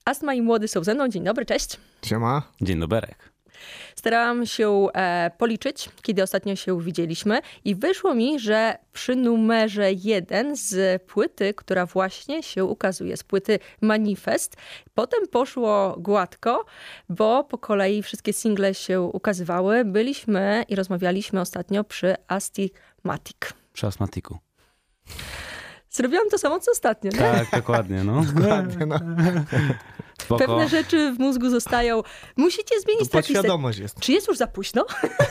Astma i Młody są ze mną. Dzień dobry, cześć. Siema. Dzień doberek. Starałam się policzyć, kiedy ostatnio się widzieliśmy i wyszło mi, że przy numerze 1 z płyty, która właśnie się ukazuje, z płyty Manifest, potem poszło gładko, bo po kolei wszystkie single się ukazywały. Byliśmy i rozmawialiśmy ostatnio przy Astigmatic. Przy Astmatiku. Zrobiłam to samo co ostatnio, nie? Tak, dokładnie, no. Dokładnie, no. Spoko. Pewne rzeczy w mózgu zostają. Musicie zmienić To track listę. podświadomość jest. Czy jest już za późno?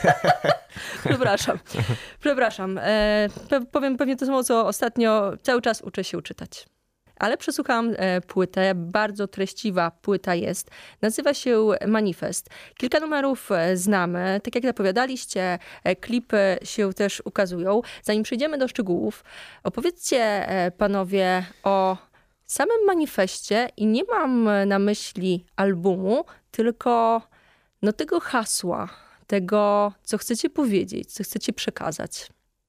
Przepraszam. Powiem pewnie to samo, co ostatnio. Cały czas uczę się czytać. Ale przesłuchałam płytę. Bardzo treściwa płyta jest. Nazywa się Manifest. Kilka numerów znamy. Tak jak zapowiadaliście, klipy się też ukazują. Zanim przejdziemy do szczegółów, opowiedzcie panowie o samym manifestie i nie mam na myśli albumu, tylko tego hasła, tego, co chcecie powiedzieć, co chcecie przekazać.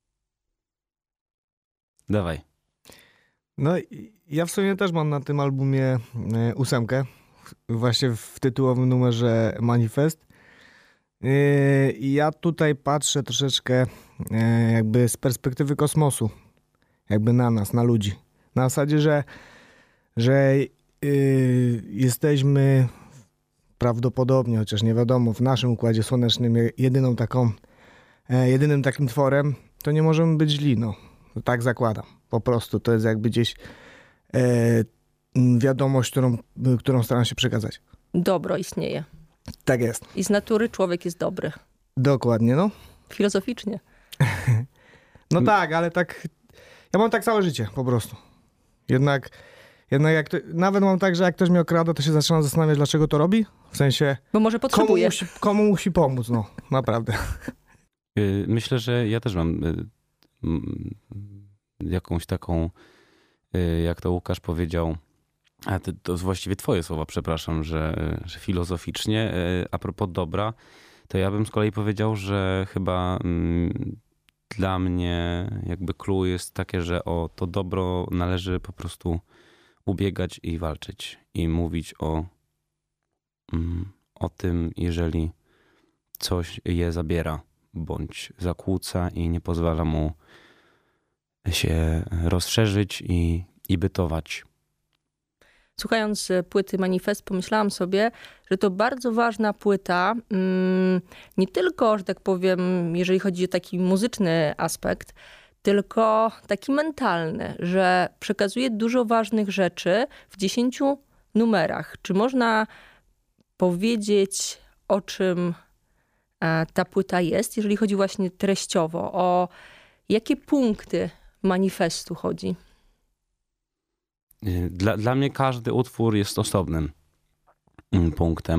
Dawaj. No ja w sumie też mam na tym albumie 8, właśnie w tytułowym numerze Manifest. I ja tutaj patrzę troszeczkę jakby z perspektywy kosmosu, jakby na nas, na ludzi. Na zasadzie, że jesteśmy prawdopodobnie, chociaż nie wiadomo, w naszym Układzie Słonecznym jedynym takim tworem, to nie możemy być źli, no. Tak zakładam. Po prostu to jest jakby gdzieś wiadomość, którą staram się przekazać. Dobro istnieje. Tak jest. I z natury człowiek jest dobry. Dokładnie, no. Filozoficznie. No tak, ale tak, ja mam tak całe życie po prostu. Jednak jak nawet mam tak, że jak ktoś mnie okrada, to się zaczynam zastanawiać, dlaczego to robi. W sensie, Bo może potrzebuje. komu musi pomóc, no. Naprawdę. Myślę, że ja też mam jakąś taką, jak to Łukasz powiedział, a to właściwie twoje słowa, przepraszam, że filozoficznie, a propos dobra, to ja bym z kolei powiedział, że chyba dla mnie jakby clue jest takie, że o to dobro należy po prostu ubiegać i walczyć i mówić o tym, jeżeli coś je zabiera bądź zakłóca i nie pozwala mu się rozszerzyć i bytować. Słuchając płyty Manifest, pomyślałam sobie, że to bardzo ważna płyta, nie tylko, że tak powiem, jeżeli chodzi o taki muzyczny aspekt, tylko taki mentalny, że przekazuje dużo ważnych rzeczy w 10 numerach. Czy można powiedzieć, o czym ta płyta jest, jeżeli chodzi właśnie treściowo, o jakie punkty manifestu chodzi? Dla mnie każdy utwór jest osobnym punktem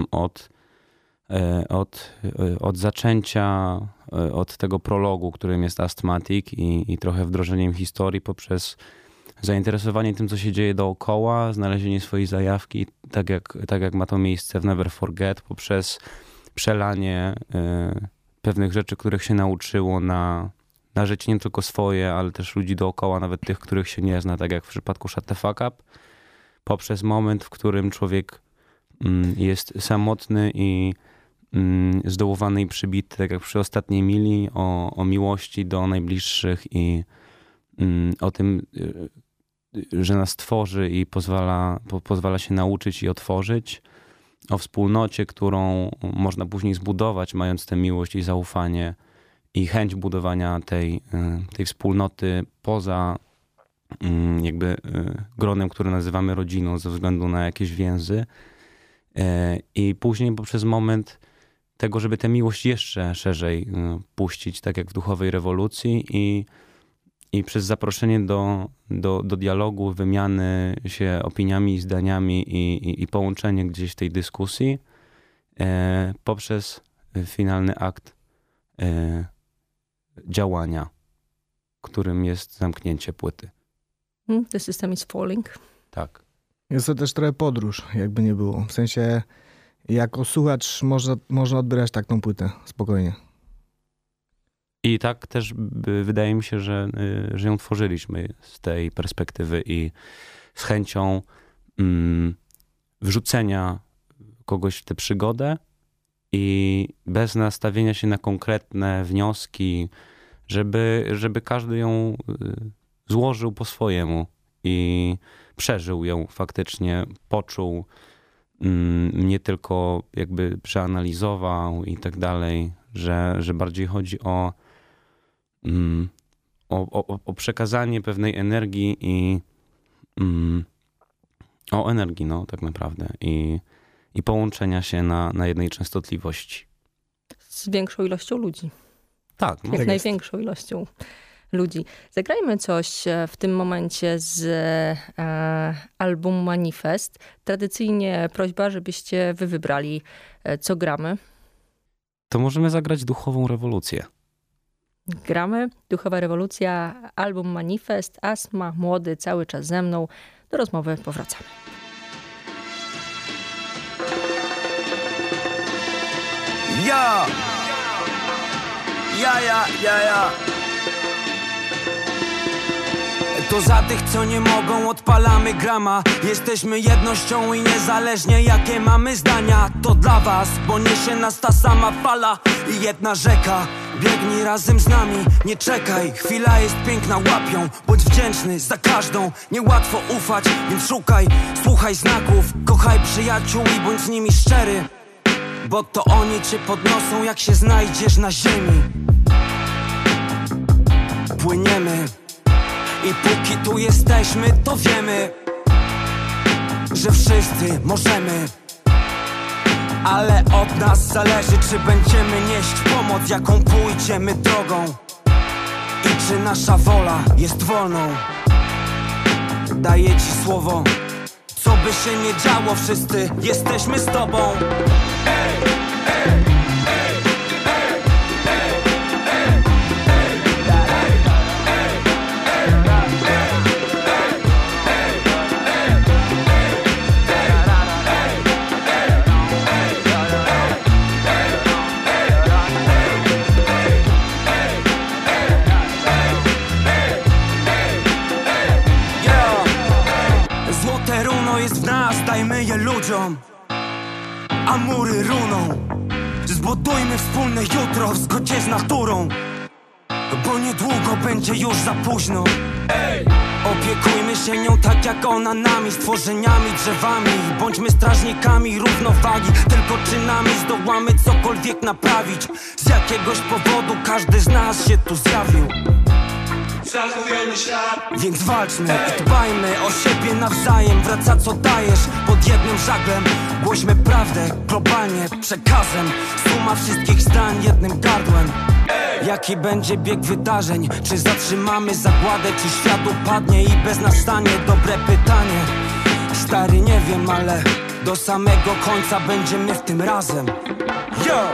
od zaczęcia, od tego prologu, którym jest Astmatic i trochę wdrożeniem historii poprzez zainteresowanie tym, co się dzieje dookoła, znalezienie swojej zajawki, tak jak ma to miejsce w Never Forget, poprzez przelanie pewnych rzeczy, których się nauczyło na życie nie tylko swoje, ale też ludzi dookoła, nawet tych, których się nie zna, tak jak w przypadku Shut the Fuck Up, poprzez moment, w którym człowiek jest samotny i zdołowany i przybity, tak jak przy Ostatniej Mili, o miłości do najbliższych i o tym, że nas tworzy i pozwala się nauczyć i otworzyć, o wspólnocie, którą można później zbudować, mając tę miłość i zaufanie i chęć budowania tej wspólnoty poza jakby gronem, które nazywamy rodziną ze względu na jakieś więzy. I później poprzez moment tego, żeby tę miłość jeszcze szerzej puścić, tak jak w Duchowej Rewolucji i przez zaproszenie do dialogu, wymiany się opiniami i zdaniami i połączenie gdzieś tej dyskusji poprzez finalny akt działania, którym jest zamknięcie płyty. The system is falling. Tak. Jest to też trochę podróż, jakby nie było. W sensie, jako słuchacz można odbierać tak tą płytę spokojnie. I tak też wydaje mi się, że ją tworzyliśmy z tej perspektywy i z chęcią wrzucenia kogoś w tę przygodę i bez nastawienia się na konkretne wnioski, żeby każdy ją złożył po swojemu i przeżył ją faktycznie, poczuł, nie tylko jakby przeanalizował i tak dalej, że bardziej chodzi o przekazanie pewnej energii i o energii, no tak naprawdę i połączenia się na jednej częstotliwości. Z większą ilością ludzi. Tak. No. Jak Tak największą ilością ludzi. Zagrajmy coś w tym momencie z albumu Manifest. Tradycyjnie prośba, żebyście wy wybrali, co gramy. To możemy zagrać Duchową Rewolucję. Gramy. Duchowa Rewolucja, album Manifest, Astma, Młody, cały czas ze mną. Do rozmowy powracamy. Ja! To za tych, co nie mogą, odpalamy grama. Jesteśmy jednością i niezależnie jakie mamy zdania, to dla was, bo niesie nas ta sama fala i jedna rzeka. Biegnij razem z nami, nie czekaj, chwila jest piękna, łapią. Bądź wdzięczny za każdą, niełatwo ufać, więc szukaj, słuchaj znaków. Kochaj przyjaciół i bądź z nimi szczery, bo to oni cię podniosą, jak się znajdziesz na ziemi. Płyniemy i póki tu jesteśmy, to wiemy, że wszyscy możemy. Ale od nas zależy, czy będziemy nieść pomoc, jaką pójdziemy drogą i czy nasza wola jest wolną. Daję ci słowo, co by się nie działo, wszyscy jesteśmy z tobą. Złote runo jest w nas, dajmy je ludziom, a mury runą. Zbudujmy wspólne jutro w zgodzie z naturą, bo niedługo będzie już za późno. Opiekujmy się nią tak jak ona nami, stworzeniami, drzewami. Bądźmy strażnikami równowagi, tylko czynami zdołamy cokolwiek naprawić. Z jakiegoś powodu każdy z nas się tu zjawił, więc walczmy i dbajmy o siebie nawzajem. Wraca co dajesz pod jednym żaglem. Głośmy prawdę globalnie przekazem. Suma wszystkich zdań jednym gardłem. Jaki będzie bieg wydarzeń? Czy zatrzymamy zagładę, czy świat upadnie i bez nas stanie? Dobre pytanie. Stary, nie wiem, ale do samego końca będziemy w tym razem. Yo!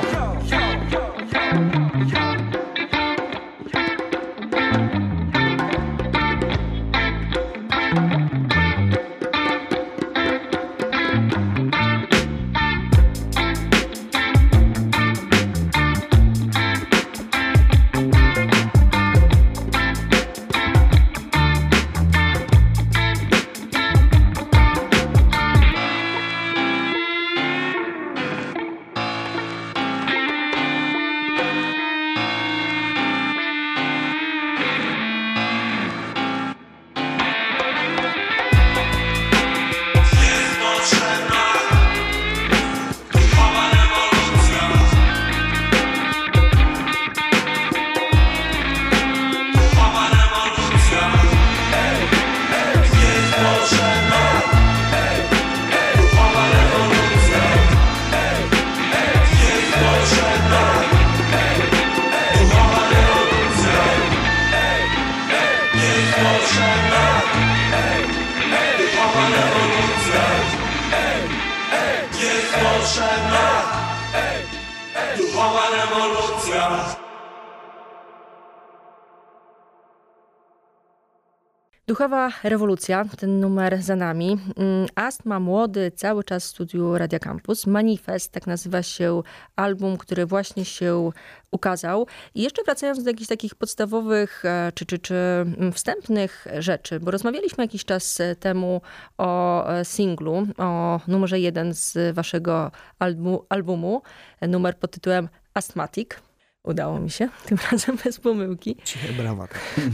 Duchowa rewolucja, ten numer za nami. Astma młody, cały czas w studiu Radia Campus. Manifest, tak nazywa się album, który właśnie się ukazał. I jeszcze wracając do jakichś takich podstawowych czy wstępnych rzeczy, bo rozmawialiśmy jakiś czas temu o singlu, o numerze 1 z waszego albumu, numer pod tytułem Asthmatic. Udało mi się, tym razem bez pomyłki. Ciche brawa.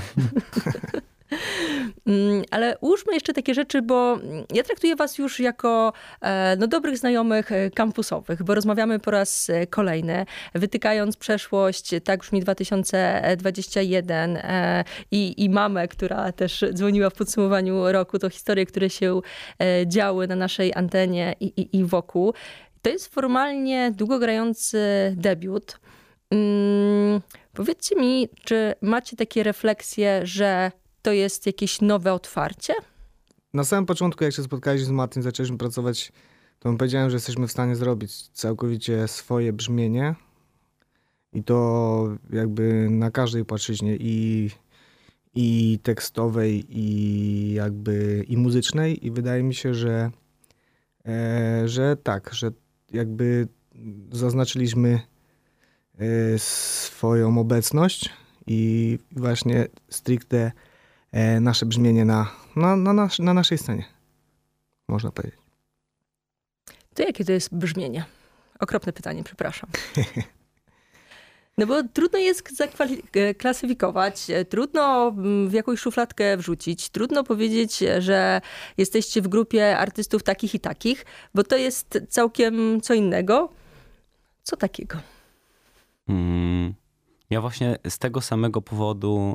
Ale ułóżmy jeszcze takie rzeczy, bo ja traktuję was już jako dobrych znajomych kampusowych, bo rozmawiamy po raz kolejny, wytykając przeszłość, tak brzmi 2021 i mamę, która też dzwoniła w podsumowaniu roku, to historie, które się działy na naszej antenie i wokół. To jest formalnie długogrający debiut. Powiedzcie mi, czy macie takie refleksje, że to jest jakieś nowe otwarcie? Na samym początku, jak się spotkaliśmy z Martin, zaczęliśmy pracować, to powiedziałem, że jesteśmy w stanie zrobić całkowicie swoje brzmienie i to jakby na każdej płaszczyźnie i tekstowej, i jakby i muzycznej, i wydaje mi się, że tak, że jakby zaznaczyliśmy swoją obecność i właśnie stricte nasze brzmienie na naszej scenie, można powiedzieć. To jakie to jest brzmienie? Okropne pytanie, przepraszam. No bo trudno jest klasyfikować, trudno w jakąś szufladkę wrzucić, trudno powiedzieć, że jesteście w grupie artystów takich i takich, bo to jest całkiem co innego. Co takiego? Ja właśnie z tego samego powodu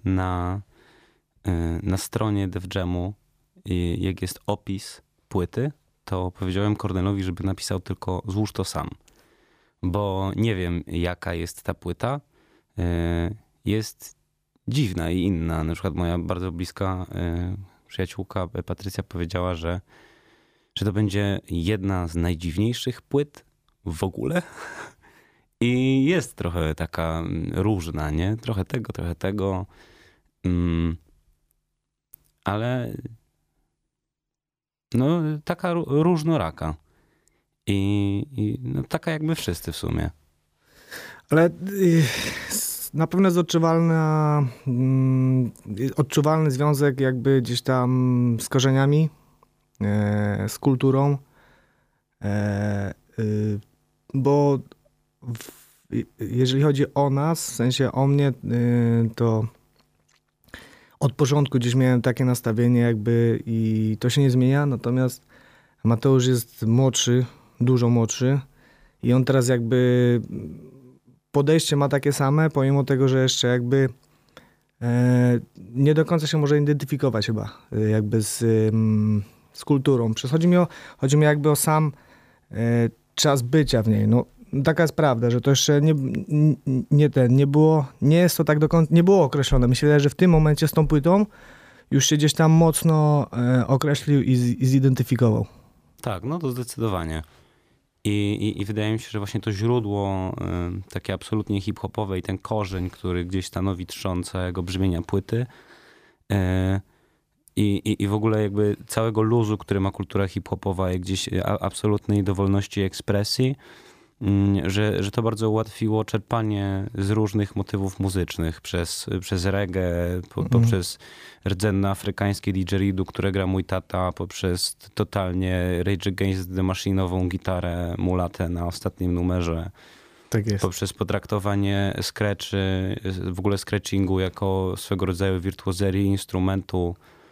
na stronie Def Jamu, jak jest opis płyty, to powiedziałem Kornelowi, żeby napisał tylko złóż to sam. Bo nie wiem, jaka jest ta płyta. Jest dziwna i inna. Na przykład moja bardzo bliska przyjaciółka Patrycja powiedziała, że to będzie jedna z najdziwniejszych płyt w ogóle. I jest trochę taka różna, nie? Trochę tego. Ale no taka różnoraka. I no, taka jakby wszyscy w sumie. Ale na pewno jest odczuwalny związek jakby gdzieś tam z korzeniami, z kulturą, bo jeżeli chodzi o nas, w sensie o mnie, to od początku gdzieś miałem takie nastawienie jakby i to się nie zmienia, natomiast Mateusz jest młodszy, dużo młodszy i on teraz jakby podejście ma takie same, pomimo tego, że jeszcze jakby nie do końca się może identyfikować chyba jakby z kulturą. Chodzi mi jakby o sam czas bycia w niej. No, taka jest prawda, że to jeszcze nie jest to tak do końca, nie było określone. Myślę, że w tym momencie z tą płytą już się gdzieś tam mocno określił i zidentyfikował. Tak, no to zdecydowanie. I wydaje mi się, że właśnie to źródło takie absolutnie hip-hopowe i ten korzeń, który gdzieś stanowi trzon całego brzmienia płyty i w ogóle jakby całego luzu, który ma kultura hip-hopowa i gdzieś absolutnej dowolności ekspresji, że to bardzo ułatwiło czerpanie z różnych motywów muzycznych przez reggae, poprzez rdzenne afrykańskie didgeridu, które gra mój tata, poprzez totalnie Rage Against the Machine'ową gitarę mulatę na ostatnim numerze. Tak jest. Poprzez potraktowanie scratchy, w ogóle scratchingu jako swego rodzaju wirtuozerii instrumentu,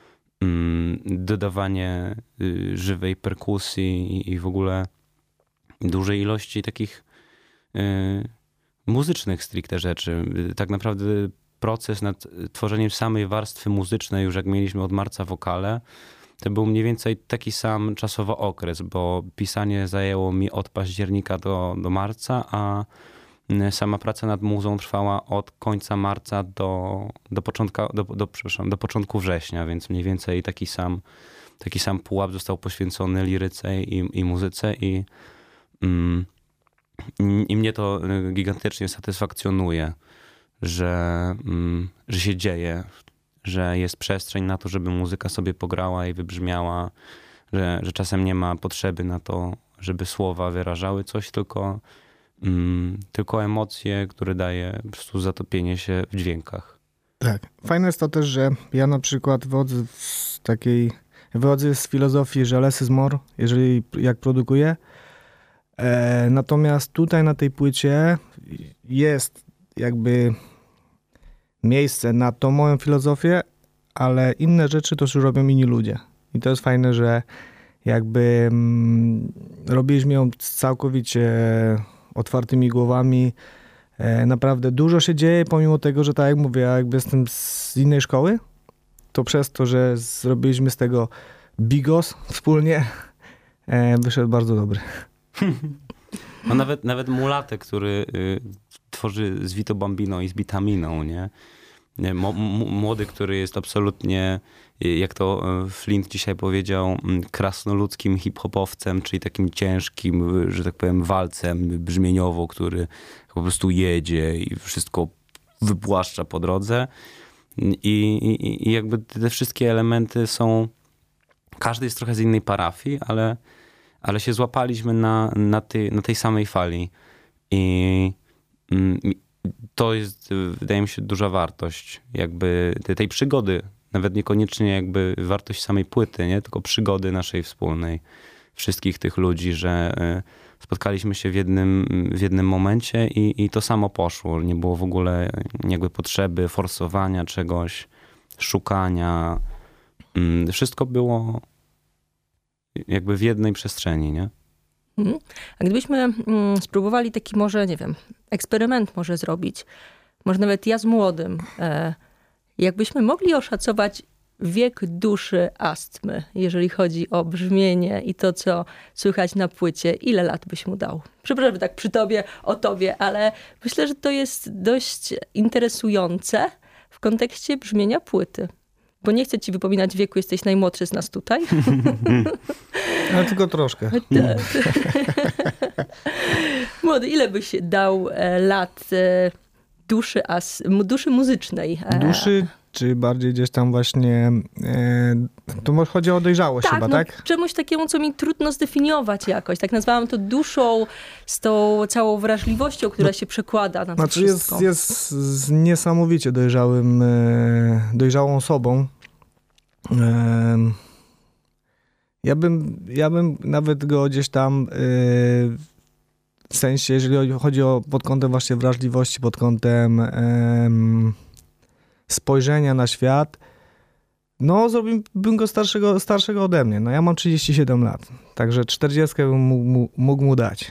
dodawanie żywej perkusji i w ogóle dużej ilości takich muzycznych stricte rzeczy. Tak naprawdę proces nad tworzeniem samej warstwy muzycznej, już jak mieliśmy od marca wokale, to był mniej więcej taki sam czasowo okres, bo pisanie zajęło mi od października do marca, a sama praca nad muzą trwała od końca marca do początku września, więc mniej więcej taki sam pułap został poświęcony liryce i muzyce i mnie to gigantycznie satysfakcjonuje, że się dzieje, że jest przestrzeń na to, żeby muzyka sobie pograła i wybrzmiała, że czasem nie ma potrzeby na to, żeby słowa wyrażały coś, tylko emocje, które daje po prostu zatopienie się w dźwiękach. Tak. Fajne jest to też, że ja na przykład wychodzę z filozofii, że less is more, jak produkuję. Natomiast tutaj na tej płycie jest jakby miejsce na tą moją filozofię, ale inne rzeczy to już robią inni ludzie. I to jest fajne, że jakby robiliśmy ją całkowicie otwartymi głowami. Naprawdę dużo się dzieje, pomimo tego, że tak jak mówię, ja jakby jestem z innej szkoły, to przez to, że zrobiliśmy z tego bigos wspólnie, wyszedł bardzo dobry. No nawet Mulatek, który tworzy z Vito Bambino i z Bitaminą, nie? Młody, który jest absolutnie, jak to Flint dzisiaj powiedział, krasnoludzkim hip-hopowcem, czyli takim ciężkim, że tak powiem, walcem brzmieniowo, który po prostu jedzie i wszystko wypłaszcza po drodze. I jakby te wszystkie elementy są, każdy jest trochę z innej parafii, ale się złapaliśmy na tej samej fali. I to jest, wydaje mi się, duża wartość jakby tej przygody, nawet niekoniecznie jakby wartość samej płyty, nie? Tylko przygody naszej wspólnej, wszystkich tych ludzi, że spotkaliśmy się w jednym momencie i to samo poszło. Nie było w ogóle jakby potrzeby forsowania czegoś, szukania. Wszystko było jakby w jednej przestrzeni, nie? A gdybyśmy spróbowali taki może, nie wiem, eksperyment może zrobić, może nawet ja z młodym, jakbyśmy mogli oszacować wiek duszy Astmy, jeżeli chodzi o brzmienie i to, co słychać na płycie, ile lat byś mu dał? Przepraszam, że tak przy tobie, o tobie, ale myślę, że to jest dość interesujące w kontekście brzmienia płyty. Bo nie chcę ci wypominać wieku, jesteś najmłodszy z nas tutaj. Ale tylko troszkę. Młody, ile byś dał lat duszy muzycznej? Duszy, czy bardziej gdzieś tam właśnie, to może chodzi o dojrzałość chyba, tak? Czemuś takiemu, co mi trudno zdefiniować jakoś. Tak nazwałam to duszą, z tą całą wrażliwością, która się przekłada na to wszystko. Jest niesamowicie dojrzałą osobą. Ja bym nawet go gdzieś tam w sensie, jeżeli chodzi o pod kątem właśnie wrażliwości, pod kątem spojrzenia na świat, no zrobiłbym go starszego ode mnie. No ja mam 37 lat, także 40 bym mógł mu dać.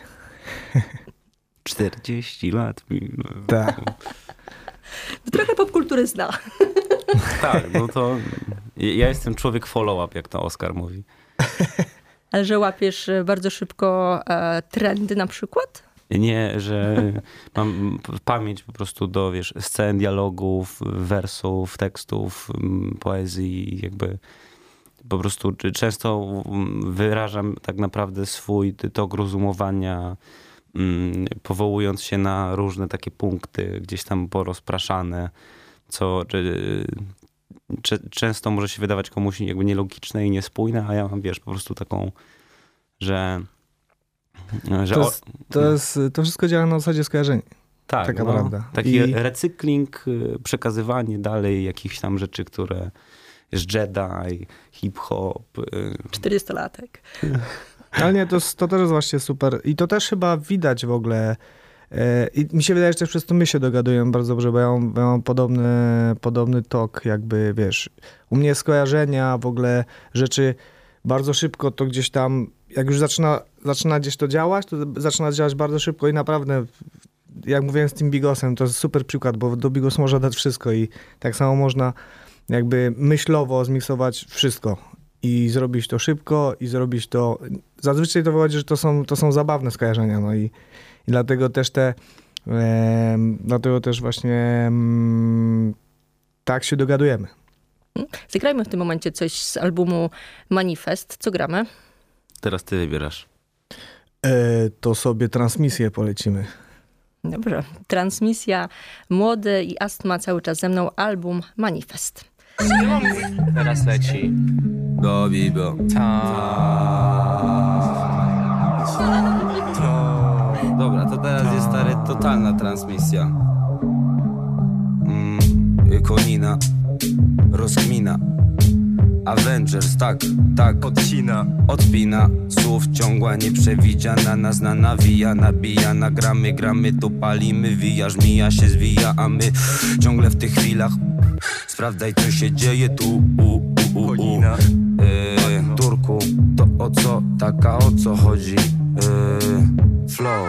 40 lat. Tak. Trochę popkultury zna. Tak, no to ja jestem człowiek follow-up, jak to Oskar mówi. Ale że łapiesz bardzo szybko trendy na przykład? Nie, że mam pamięć po prostu do, scen, dialogów, wersów, tekstów, poezji, jakby po prostu często wyrażam tak naprawdę swój tok rozumowania, powołując się na różne takie punkty, gdzieś tam porozpraszane, co często może się wydawać komuś jakby nielogiczne i niespójne, a ja mam, po prostu taką, że to wszystko działa na zasadzie skojarzeń. Tak, taka prawda. Taki recykling, przekazywanie dalej jakichś tam rzeczy, które jest Jedi, hip-hop. 40-latek. Ale nie, to też jest właśnie super. I to też chyba widać w ogóle. I mi się wydaje, że też przez to my się dogadujemy bardzo dobrze, bo ja mam podobny tok, jakby, u mnie skojarzenia, w ogóle rzeczy bardzo szybko to gdzieś tam, jak już zaczyna gdzieś to działać, to zaczyna działać bardzo szybko i naprawdę, jak mówiłem z tym bigosem, to jest super przykład, bo do bigos można dać wszystko i tak samo można jakby myślowo zmiksować wszystko i zrobić to szybko i zrobić to, zazwyczaj to wychodzi, że to są zabawne skojarzenia, no i dlatego też właśnie tak się dogadujemy. Zagrajmy w tym momencie coś z albumu Manifest. Co gramy? Teraz ty wybierasz. To sobie transmisję polecimy. Dobrze. Transmisja, Młody i Astma cały czas ze mną. Album Manifest. Teraz leci. Go Bibo. Dobra, to teraz jest stary totalna transmisja. Konina, rozkmina. Avengers, tak, odpina. Słów ciągła, nieprzewidziana, nas nawija, nabija, gramy, to palimy. Wijasz, mija się, zwija, a my ciągle w tych chwilach. Sprawdzaj, co się dzieje tu, Turku, to o co, taka o co chodzi, flow.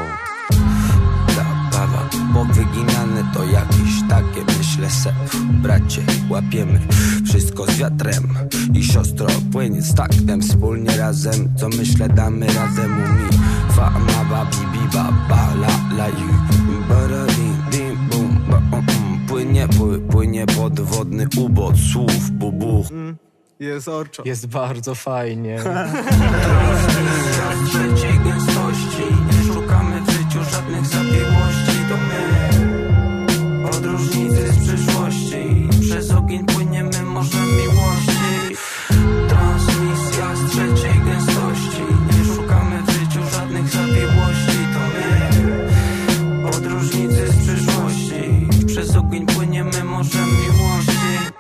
Powyginane to jakieś takie, myślę se, bracie, łapiemy wszystko z wiatrem i siostro płynie z taktem, wspólnie razem, co myślę damy razem umi. Fa ma ba bi bi ba ba la la ju bara bim bum ba płynie podwodny ubot słów bubuch. Jest orczo. Jest bardzo fajnie. Trzeciej gęstości, nie szukamy w życiu żadnych zawiłości. To my, od różnicy z przyszłości, przez ogień płyniemy morzem miłości. Transmisja z trzeciej gęstości, nie szukamy w życiu żadnych zawiłości. To my, od różnicy z przyszłości, przez ogień płyniemy morzem miłości.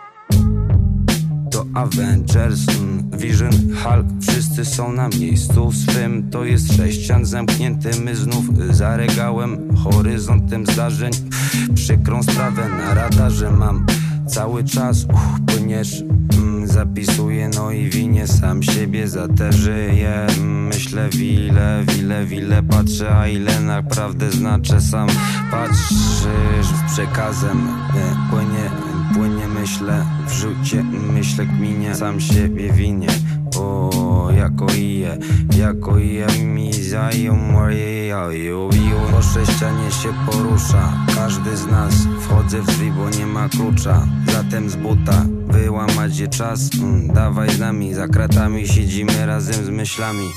To Avengers, Vision, Hulk, wszyscy są na miejscu swym. To jest sześcian zamknięty, my znów za regałem, horyzontem zdarzeń. Przykrą sprawę na radarze mam cały czas, płyniesz, zapisuję, no i winię sam siebie za te żyję. Myślę wile, patrzę, a ile naprawdę znaczę sam. Patrzysz z przekazem, płynie, myślę, w rzucie, myślę, kminie, sam siebie winię. O, jako i mi zają po sześcianie się porusza każdy z nas. Wchodzę w drzwi, bo nie ma klucza, zatem z buta wyłamać je czas. Dawaj z nami, za kratami siedzimy razem z myślami.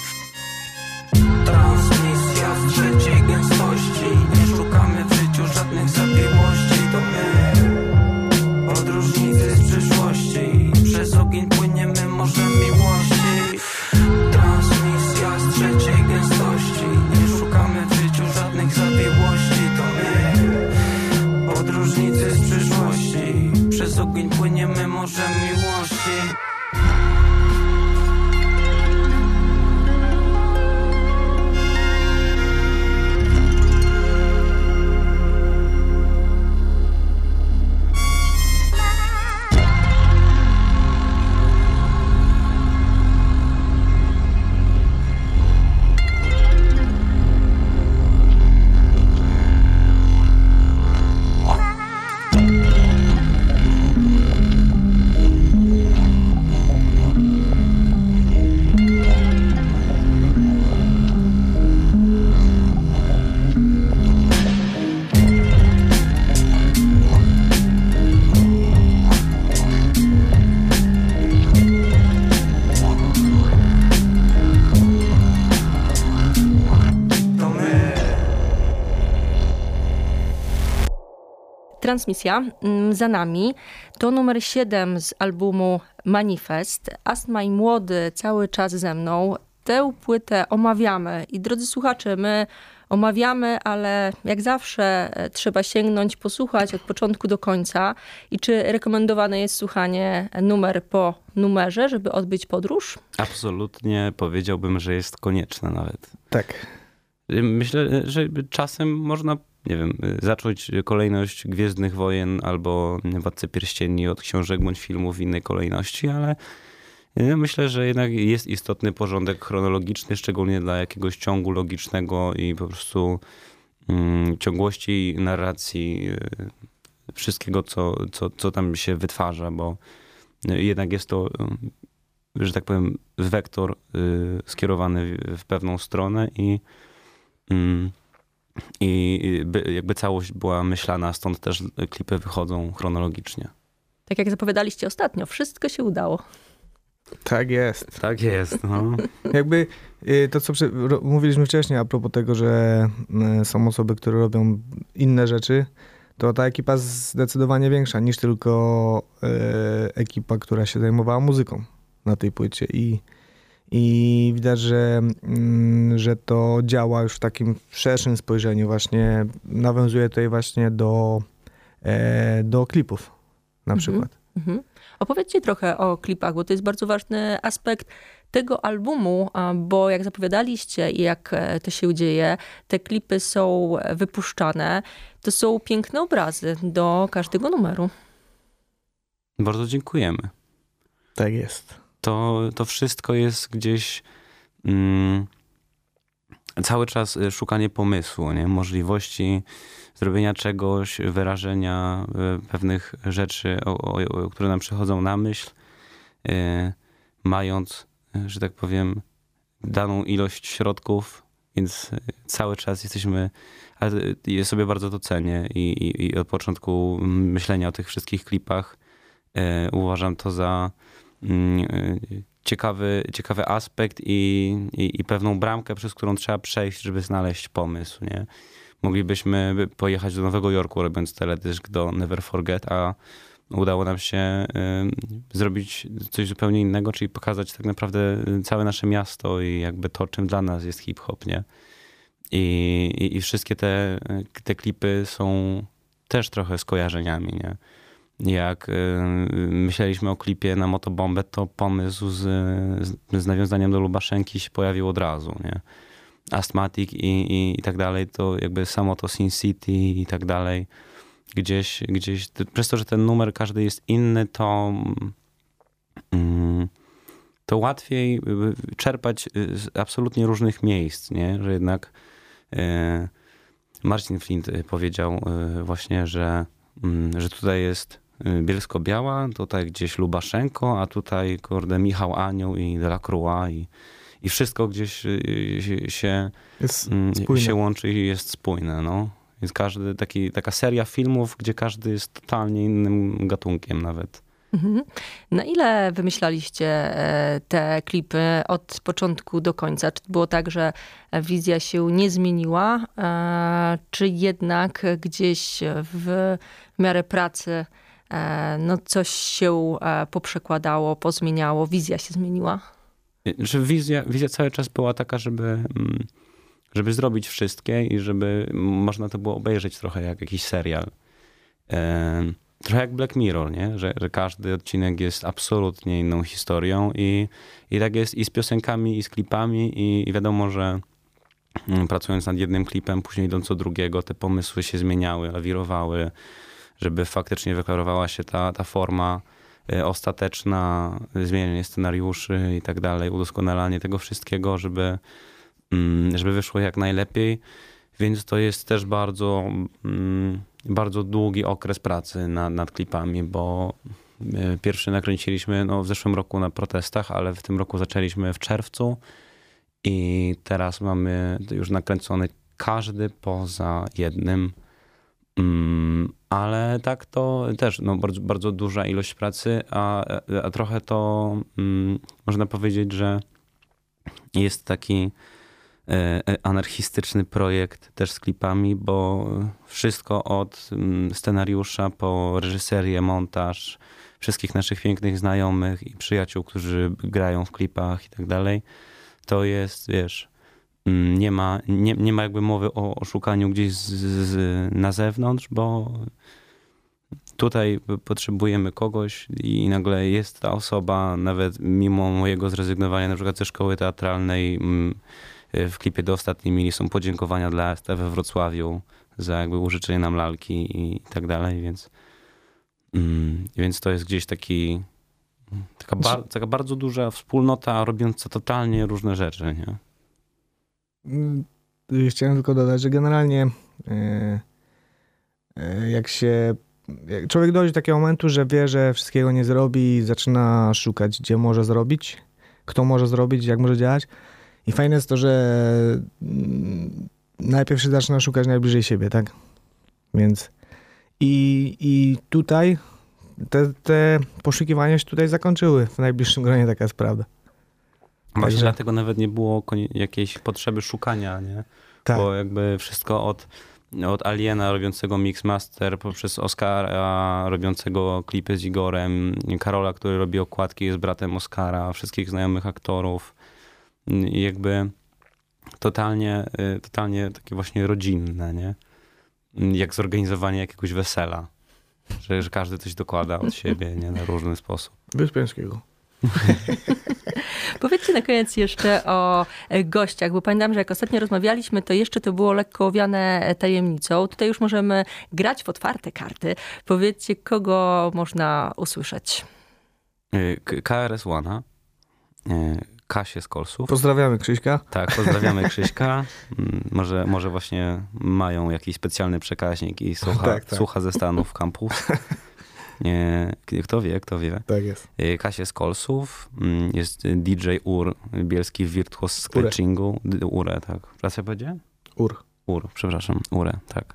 Transmisja z trzeciej gęstości, nie szukamy w życiu żadnych zawiłości. To my, od różnicy z przyszłości, przez ogień płyniemy morzem miłości. Transmisja z trzeciej gęstości, nie szukamy w życiu żadnych zawiłości. To my, od różnicy z przyszłości, przez ogień płyniemy morzem miłości. Transmisja za nami. To numer 7 z albumu Manifest. Astma i Młody cały czas ze mną. Tę płytę omawiamy i drodzy słuchacze, my omawiamy, ale jak zawsze trzeba sięgnąć, posłuchać od początku do końca. I czy rekomendowane jest słuchanie numer po numerze, żeby odbyć podróż? Absolutnie powiedziałbym, że jest konieczne nawet. Tak. Myślę, że czasem można, nie wiem, zacząć kolejność Gwiezdnych Wojen albo Władcy Pierścieni od książek bądź filmów w innej kolejności, ale myślę, że jednak jest istotny porządek chronologiczny, szczególnie dla jakiegoś ciągu logicznego i po prostu ciągłości narracji wszystkiego, co tam się wytwarza, bo jednak jest to, że tak powiem, wektor skierowany w pewną stronę i jakby całość była myślana, stąd też klipy wychodzą chronologicznie. Tak jak zapowiadaliście ostatnio, wszystko się udało. Tak jest. Tak jest, no. Jakby to, co mówiliśmy wcześniej a propos tego, że są osoby, które robią inne rzeczy, to ta ekipa zdecydowanie większa niż tylko ekipa, która się zajmowała muzyką na tej płycie. I widać, że to działa już w takim szerszym spojrzeniu. Właśnie nawiązuje tutaj właśnie do klipów na przykład. Opowiedzcie trochę o klipach, bo to jest bardzo ważny aspekt tego albumu, bo jak zapowiadaliście i jak to się dzieje, te klipy są wypuszczane. To są piękne obrazy do każdego numeru. Bardzo dziękujemy. Tak jest. To wszystko jest gdzieś cały czas szukanie pomysłu, nie? Możliwości zrobienia czegoś, wyrażenia pewnych rzeczy, które nam przychodzą na myśl, mając, że tak powiem, daną ilość środków, więc cały czas jesteśmy, ale ja sobie bardzo to cenię i od początku myślenia o tych wszystkich klipach uważam to za ciekawy aspekt i pewną bramkę, przez którą trzeba przejść, żeby znaleźć pomysł, nie? Moglibyśmy pojechać do Nowego Jorku, robiąc teledysk do Never Forget, a udało nam się zrobić coś zupełnie innego, czyli pokazać tak naprawdę całe nasze miasto i jakby to, czym dla nas jest hip-hop, nie? I wszystkie te klipy są też trochę skojarzeniami, nie? Jak myśleliśmy o klipie na Motobombę, to pomysł z nawiązaniem do Lubaszenki się pojawił od razu, nie? Asthmatic i tak dalej, to jakby samo to Sin City i tak dalej. Gdzieś przez to, że ten numer każdy jest inny, to łatwiej czerpać z absolutnie różnych miejsc, nie? Że jednak Marcin Flint powiedział właśnie, że tutaj jest Bielsko-Biała, tutaj gdzieś Lubaszenko, a tutaj kurde Michał Anioł i Delacroix i wszystko gdzieś się łączy i jest spójne. No. Jest taka seria filmów, gdzie każdy jest totalnie innym gatunkiem nawet. Na ile wymyślaliście te klipy od początku do końca? Czy było tak, że wizja się nie zmieniła, czy jednak gdzieś w miarę pracy coś się poprzekładało, pozmieniało, wizja się zmieniła? Że wizja cały czas była taka, żeby zrobić wszystkie i żeby można to było obejrzeć trochę jak jakiś serial. Trochę jak Black Mirror, nie? Że każdy odcinek jest absolutnie inną historią i tak jest i z piosenkami, i z klipami i wiadomo, że pracując nad jednym klipem, później idąc do drugiego, te pomysły się zmieniały, lawirowały, żeby faktycznie wyklarowała się ta forma ostateczna, zmienianie scenariuszy i tak dalej, udoskonalanie tego wszystkiego, żeby wyszło jak najlepiej. Więc to jest też bardzo długi okres pracy nad klipami, bo pierwszy nakręciliśmy w zeszłym roku na protestach, ale w tym roku zaczęliśmy w czerwcu i teraz mamy już nakręcony każdy poza jednym. Ale tak to też bardzo, bardzo duża ilość pracy, a trochę to można powiedzieć, że jest taki anarchistyczny projekt też z klipami, bo wszystko od scenariusza po reżyserię, montaż, wszystkich naszych pięknych znajomych i przyjaciół, którzy grają w klipach i tak dalej, to jest, wiesz, nie ma jakby mowy o szukaniu gdzieś na zewnątrz, bo tutaj potrzebujemy kogoś i nagle jest ta osoba, nawet mimo mojego zrezygnowania na przykład ze szkoły teatralnej. W klipie do Ostatniej Mili są podziękowania dla ST we Wrocławiu za jakby użyczenie nam lalki i tak dalej, więc to jest gdzieś taka bardzo duża wspólnota robiąca totalnie różne rzeczy, nie? Chciałem tylko dodać, że generalnie jak człowiek dojdzie do takiego momentu, że wie, że wszystkiego nie zrobi i zaczyna szukać, gdzie może zrobić, kto może zrobić, jak może działać. I fajne jest to, że najpierw się zaczyna szukać najbliżej siebie, tak? Więc i tutaj te poszukiwania się tutaj zakończyły w najbliższym gronie, taka jest prawda. Właśnie dlatego nawet nie było jakiejś potrzeby szukania, nie? Tak. Bo jakby wszystko od Od Aliena robiącego Mixmaster, poprzez Oskara robiącego klipy z Igorem, Karola, który robi okładki, jest bratem Oskara, wszystkich znajomych aktorów. I jakby totalnie takie właśnie rodzinne, nie? Jak zorganizowanie jakiegoś wesela. Że każdy coś dokłada od siebie, nie? Na różny sposób. Wyspiańskiego. Powiedzcie na koniec jeszcze o gościach, bo pamiętam, że jak ostatnio rozmawialiśmy, to jeszcze to było lekko owiane tajemnicą. Tutaj już możemy grać w otwarte karty. Powiedzcie, kogo można usłyszeć. KRS-One, Kasię z Kolsów. Pozdrawiamy Krzyśka. Tak, pozdrawiamy Krzyśka. Może właśnie mają jakiś specjalny przekaźnik i słucha ze Stanów Campus. Kto wie. Tak jest. Kasię z Kolsów, jest DJ Ur, bielski wirtuos scratchingu. Urę, tak. Racja powiedziałem? Przepraszam. Urę, tak.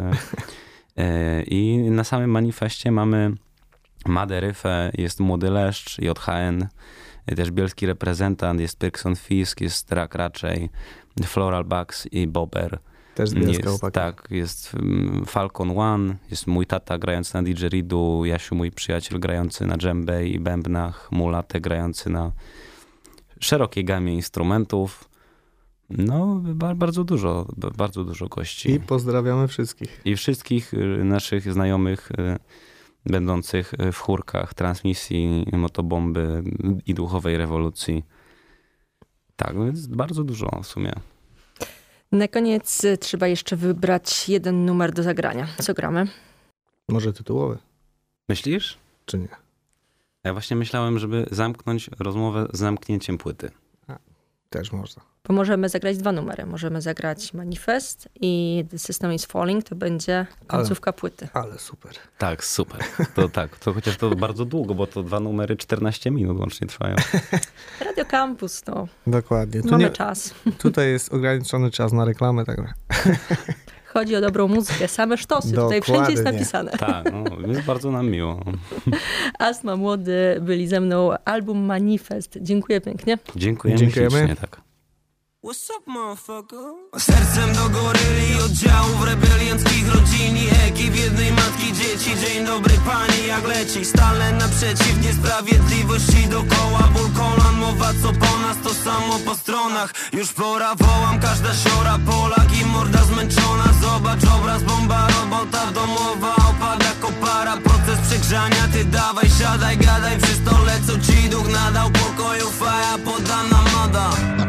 I na samym manifestie mamy Madę Ryfę, jest Młody Leszcz, JHN, też bielski reprezentant, jest Pyrkson Fisk, jest Rak Raczej, Floral Bugs i Bober. Też bielska chłopaka. Tak, jest Falcon One, jest mój tata grający na didgeridu, Jasiu mój przyjaciel grający na dżembie i bębnach, Mulate grający na szerokiej gamie instrumentów. No, bardzo dużo gości. I pozdrawiamy wszystkich. I wszystkich naszych znajomych będących w chórkach transmisji Motobomby i Duchowej Rewolucji. Tak, więc bardzo dużo w sumie. Na koniec trzeba jeszcze wybrać jeden numer do zagrania. Co gramy? Może tytułowy. Myślisz? Czy nie? Ja właśnie myślałem, żeby zamknąć rozmowę z zamknięciem płyty. Też można. Bo możemy zagrać 2 numery. Możemy zagrać Manifest i The System is Falling. To będzie końcówka płyty. Ale super. Tak, super. To chociaż to bardzo długo, bo to 2 numery 14 minut łącznie trwają. Radio Campus, to dokładnie. Mamy czas. Tutaj jest ograniczony czas na reklamę. Tak. Chodzi o dobrą muzykę, same sztosy. Dokładnie. Tutaj wszędzie jest napisane. Tak, jest bardzo nam miło. Astma Młody byli ze mną. Album Manifest. Dziękuję pięknie. Dziękujemy. Ślicznie, tak. What's up, motherfucker? Sercem do goryli, oddziałów rebelianckich, rodzin i ekip jednej matki, dzieci. Dzień dobry pani, jak leci stale naprzeciw niesprawiedliwości dokoła. Ból kolan, mowa co po nas, to samo po stronach. Już pora, wołam, każda siora, Polak i morda zmęczona. Zobacz obraz, bomba, robota domowa, opada kopara. Proces przegrzania, ty dawaj, siadaj, gadaj przy stole, co ci duch nadał. Pokoju faja, podana moda.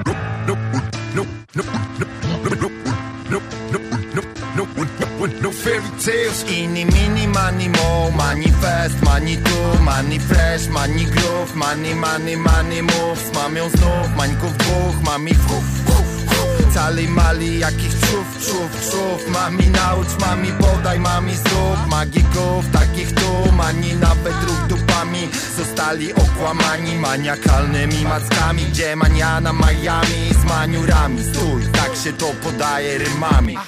No fairy tales. Eeny, meeny, money, mo. Manifest, money tu, money fresh, money groove. Money, money, money moves. Mam ją znów, mańków dwóch. Mam ich Cali mali, jakich czów. Mami naucz, mami podaj, mami zrób. Magików, takich tu, mani nawet ruch dupami. Zostali okłamani maniakalnymi mackami. Gdzie maniana Miami z maniurami. Stój, tak się to podaje rymami.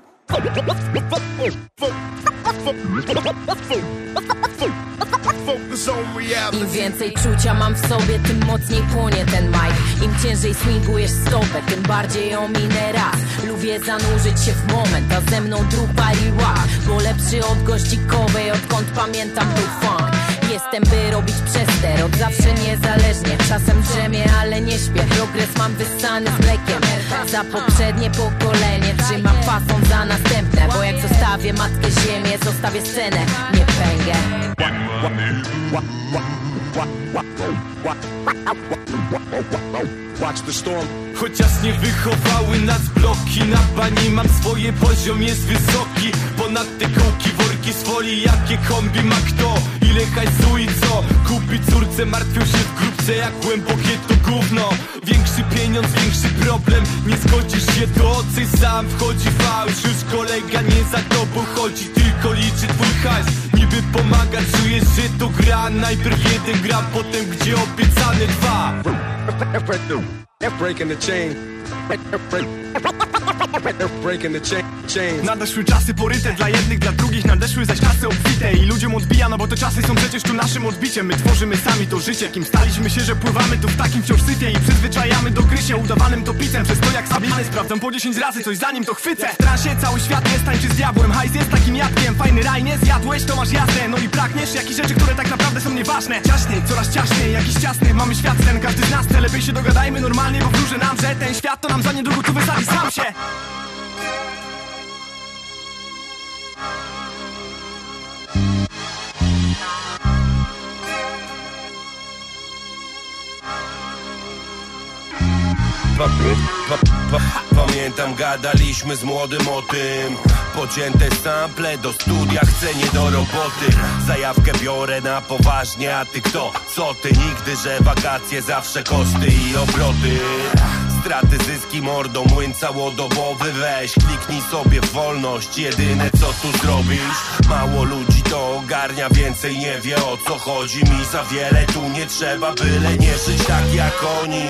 Im więcej czucia mam w sobie, tym mocniej płonie ten mic. Im ciężej swingujesz stopę, tym bardziej ominę raz. Lubię zanurzyć się w moment, a ze mną drupa i łap. Bo lepszy od gościkowej, odkąd pamiętam był funk. Jestem, by robić przester, od zawsze niezależnie. Czasem drzemię, ale nie śpię. Progres mam wyssany z mlekiem. Za poprzednie pokolenie trzymam fason za następne. Bo jak zostawię matkę ziemię, zostawię scenę, nie pęgę. Watch the storm. Chociaż nie wychowały nas bloki, na bani mam swoje, poziom jest wysoki. Ponad te kołki, worki z folii, jakie kombi ma kto? Ile hajsu i co? Kupi córce, martwią się w grupce, jak głębokie to gówno. Większy pieniądz, większy problem, nie zgodzisz się to oceń sam. Wchodzi fałsz, już kolega nie za tobą chodzi, tylko liczy twój hajs. Niby pomaga, czujesz, że to gra. Najpierw 1 gram, potem gdzie obiecane 2. Breaking the chain. Nadeszły czasy poryte dla jednych, dla drugich nadeszły zaś czasy obfite. I ludziom odbija, no bo te czasy są przecież tu naszym odbiciem. My tworzymy sami to życie, kim staliśmy się, że pływamy tu w takim wciąż syfie. I przyzwyczajamy do gry się udawanym topicem. Przez to jak sabiany sprawdzam po 10 razy coś zanim to chwycę. W transie cały świat jest tańczy z diabłem. Hajs jest takim jadkiem, fajny raj nie zjadłeś, to masz jasne. No i pragniesz jakichś rzeczy, które tak naprawdę są nieważne. Ciaśniej, coraz ciaśniej, jakiś ciasny. Mamy świat ten, każdy z nas chce. Lepiej się dogadajmy normalnie, bo wróży nam, że ten świat to nam za niedługo tu wysadzi sam się. Pamiętam, gadaliśmy z młodym o tym. Pocięte sample do studia, chcę nie do roboty. Zajawkę biorę na poważnie, a ty kto? Co ty? Nigdy, że wakacje zawsze koszty i obroty. Straty, zyski, mordą, młyn całodobowy. Weź, kliknij sobie w wolność. Jedyne co tu zrobisz, mało ludzi to ogarnia. Więcej nie wie o co chodzi mi. Za wiele tu nie trzeba, byle nie żyć tak jak oni.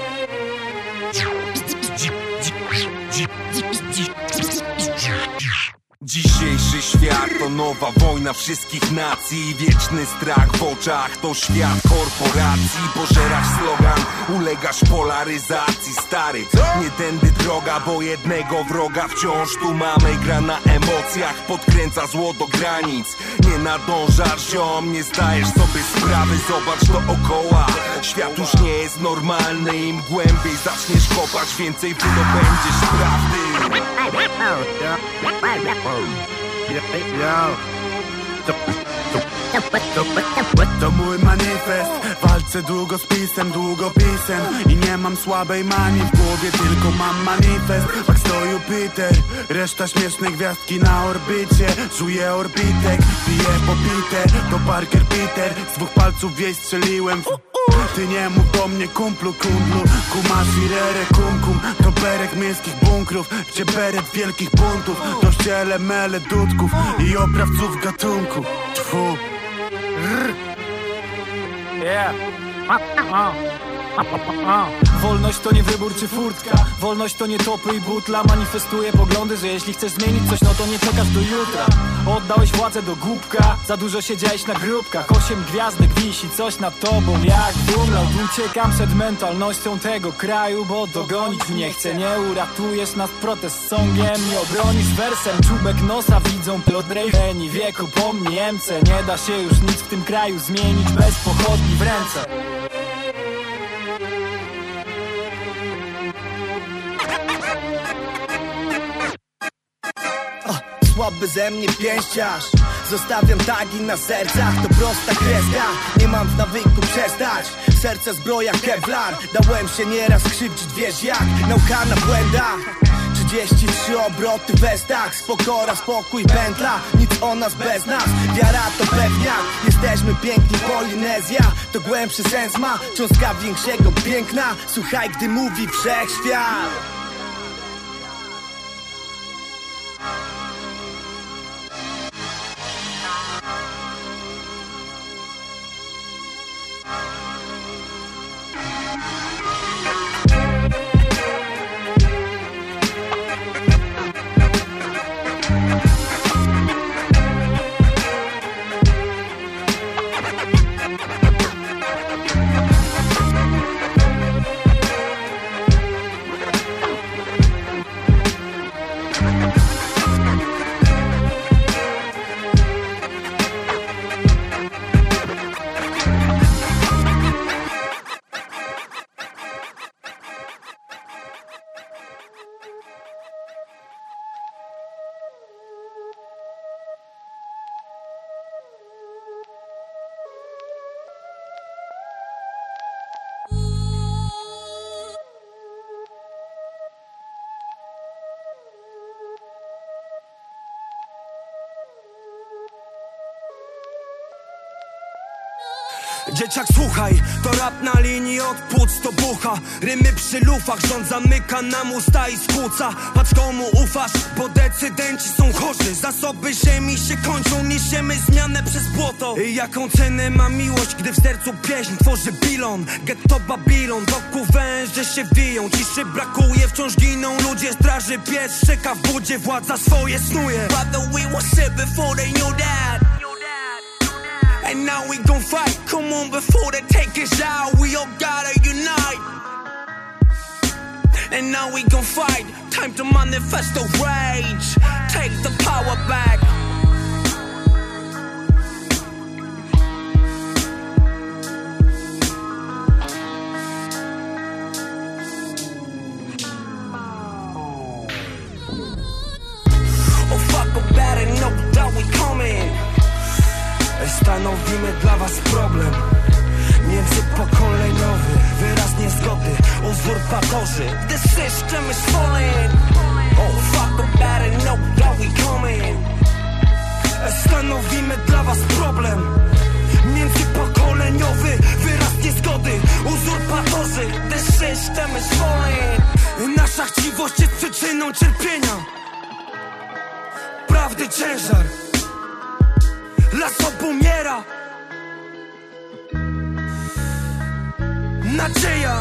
Dzisiejszy świat to nowa wojna wszystkich nacji. Wieczny strach w oczach to świat korporacji. Pożerasz slogan, ulegasz polaryzacji. Stary, nie tędy droga, bo jednego wroga wciąż tu mamy. Gra na emocjach, podkręca zło do granic. Nie nadążasz ziom, nie zdajesz sobie sprawy. Zobacz dookoła, świat już nie jest normalny. Im głębiej zaczniesz kopać, więcej wydobędziesz prawdy. To mój manifest, walczę długopisem, długopisem. I nie mam słabej manii w głowie, tylko mam manifest. Tak stoi Jupiter, reszta śmiesznej gwiazdki na orbicie. Żuję orbitek, piję popite. To Parker Peter, z 2 palców wieś strzeliłem w... Ty nie mów do mnie kumplu, kundlu. Kumasz i rere, kum. To berek miejskich bunkrów, gdzie beret wielkich buntów. To ściele mele dudków i oprawców gatunku. Tfu. Yeah. Wolność to nie wybór czy furtka. Wolność to nie topy i butla. Manifestuję poglądy, że jeśli chcesz zmienić coś, no to nie czekasz do jutra. Oddałeś władzę do głupka, za dużo siedziałeś na grupkach. 8 gwiazdek wisi coś nad tobą jak bumlaut. Uciekam przed mentalnością tego kraju, bo dogonić mnie chce. Nie uratujesz nas protest songiem, nie obronisz wersem. Czubek nosa widzą plot rejeni wieku pomni MC. Nie da się już nic w tym kraju zmienić bez pochodni w ręce. Słaby ze mnie pięściarz. Zostawiam tagi na sercach, to prosta kreska. Nie mam w nawyku przestać. Serce zbroja Kevlar. Dałem się nieraz krzywdzić, wiesz jak. Nauka na błędach. 33 obroty w westach. Spokora, spokój, pętla. Nic o nas bez nas. Wiara to pewniak. Jesteśmy piękni, Polinezja to głębszy sens ma. Cząstka większego piękna. Słuchaj, gdy mówi wszechświat. Dzieciak słuchaj, to rap na linii od płuc to bucha. Rymy przy lufach, rząd zamyka nam usta i skłóca. Patrz komu ufasz, bo decydenci są chorzy. Zasoby ziemi się kończą, niesiemy zmianę przez błoto. I jaką cenę ma miłość, gdy w sercu pieśń tworzy bilon. Getto Babilon, wokół węże się wiją. Ciszy brakuje, wciąż giną ludzie. Straży pies szczeka w budzie, władza swoje snuje. Brother, we was shit before they knew that. And now we gon' fight, come on, before they take us out. We all gotta unite. And now we gon' fight, time to manifest the rage. Take the power back. Oh fuck about it, know that we coming. Stanowimy dla was problem międzypokoleniowy, wyraz niezgody, uzurpatorzy. The system is falling. Oh fuck about it, no that we coming. Stanowimy dla was problem międzypokoleniowy, wyraz niezgody, uzurpatorzy. The system is falling. Nasza chciwość jest przyczyną cierpienia, prawdy ciężar. Las obumiera, nadzieja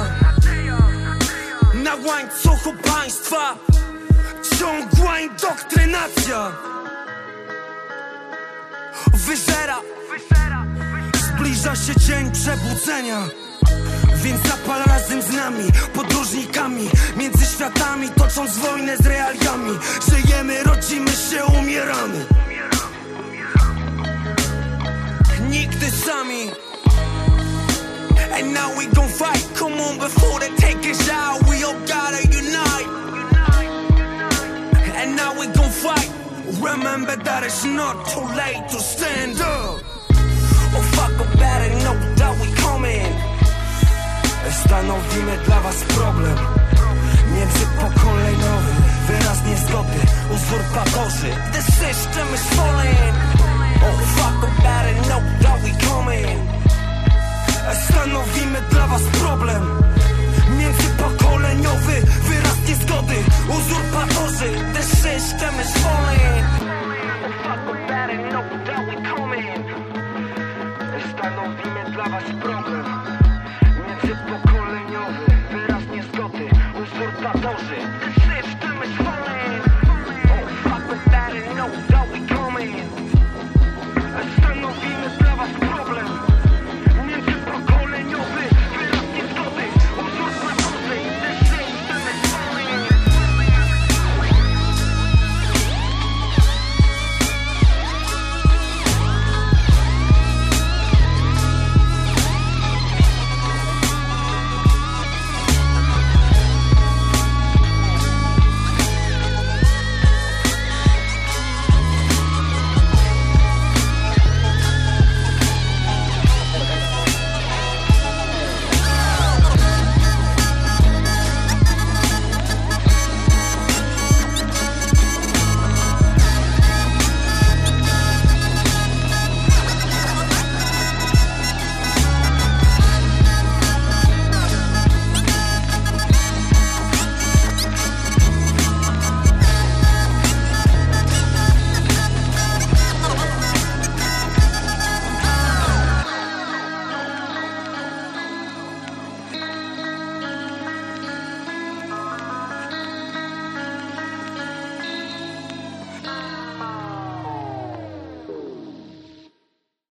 na łańcuchu państwa, ciągła indoktrynacja wyżera. Zbliża się dzień przebudzenia, więc zapal razem z nami, podróżnikami między światami, tocząc wojnę z realiami. Żyjemy, rodzimy się, umieramy, nigdy sami. And now we gon' fight, come on, before they take us out. We all gotta unite. And now we gon' fight. Remember that it's not too late to stand up. Oh fuck about it, know that we coming. Stanowimy dla was problem międzypokoleniowy, wyraz niezgody, uzurpatorzy. The system is falling. Oh fuck about it, know that we coming. Stanowimy dla was problem międzypokoleniowy, wyraz niezgody, uzurpatorzy. The system is falling.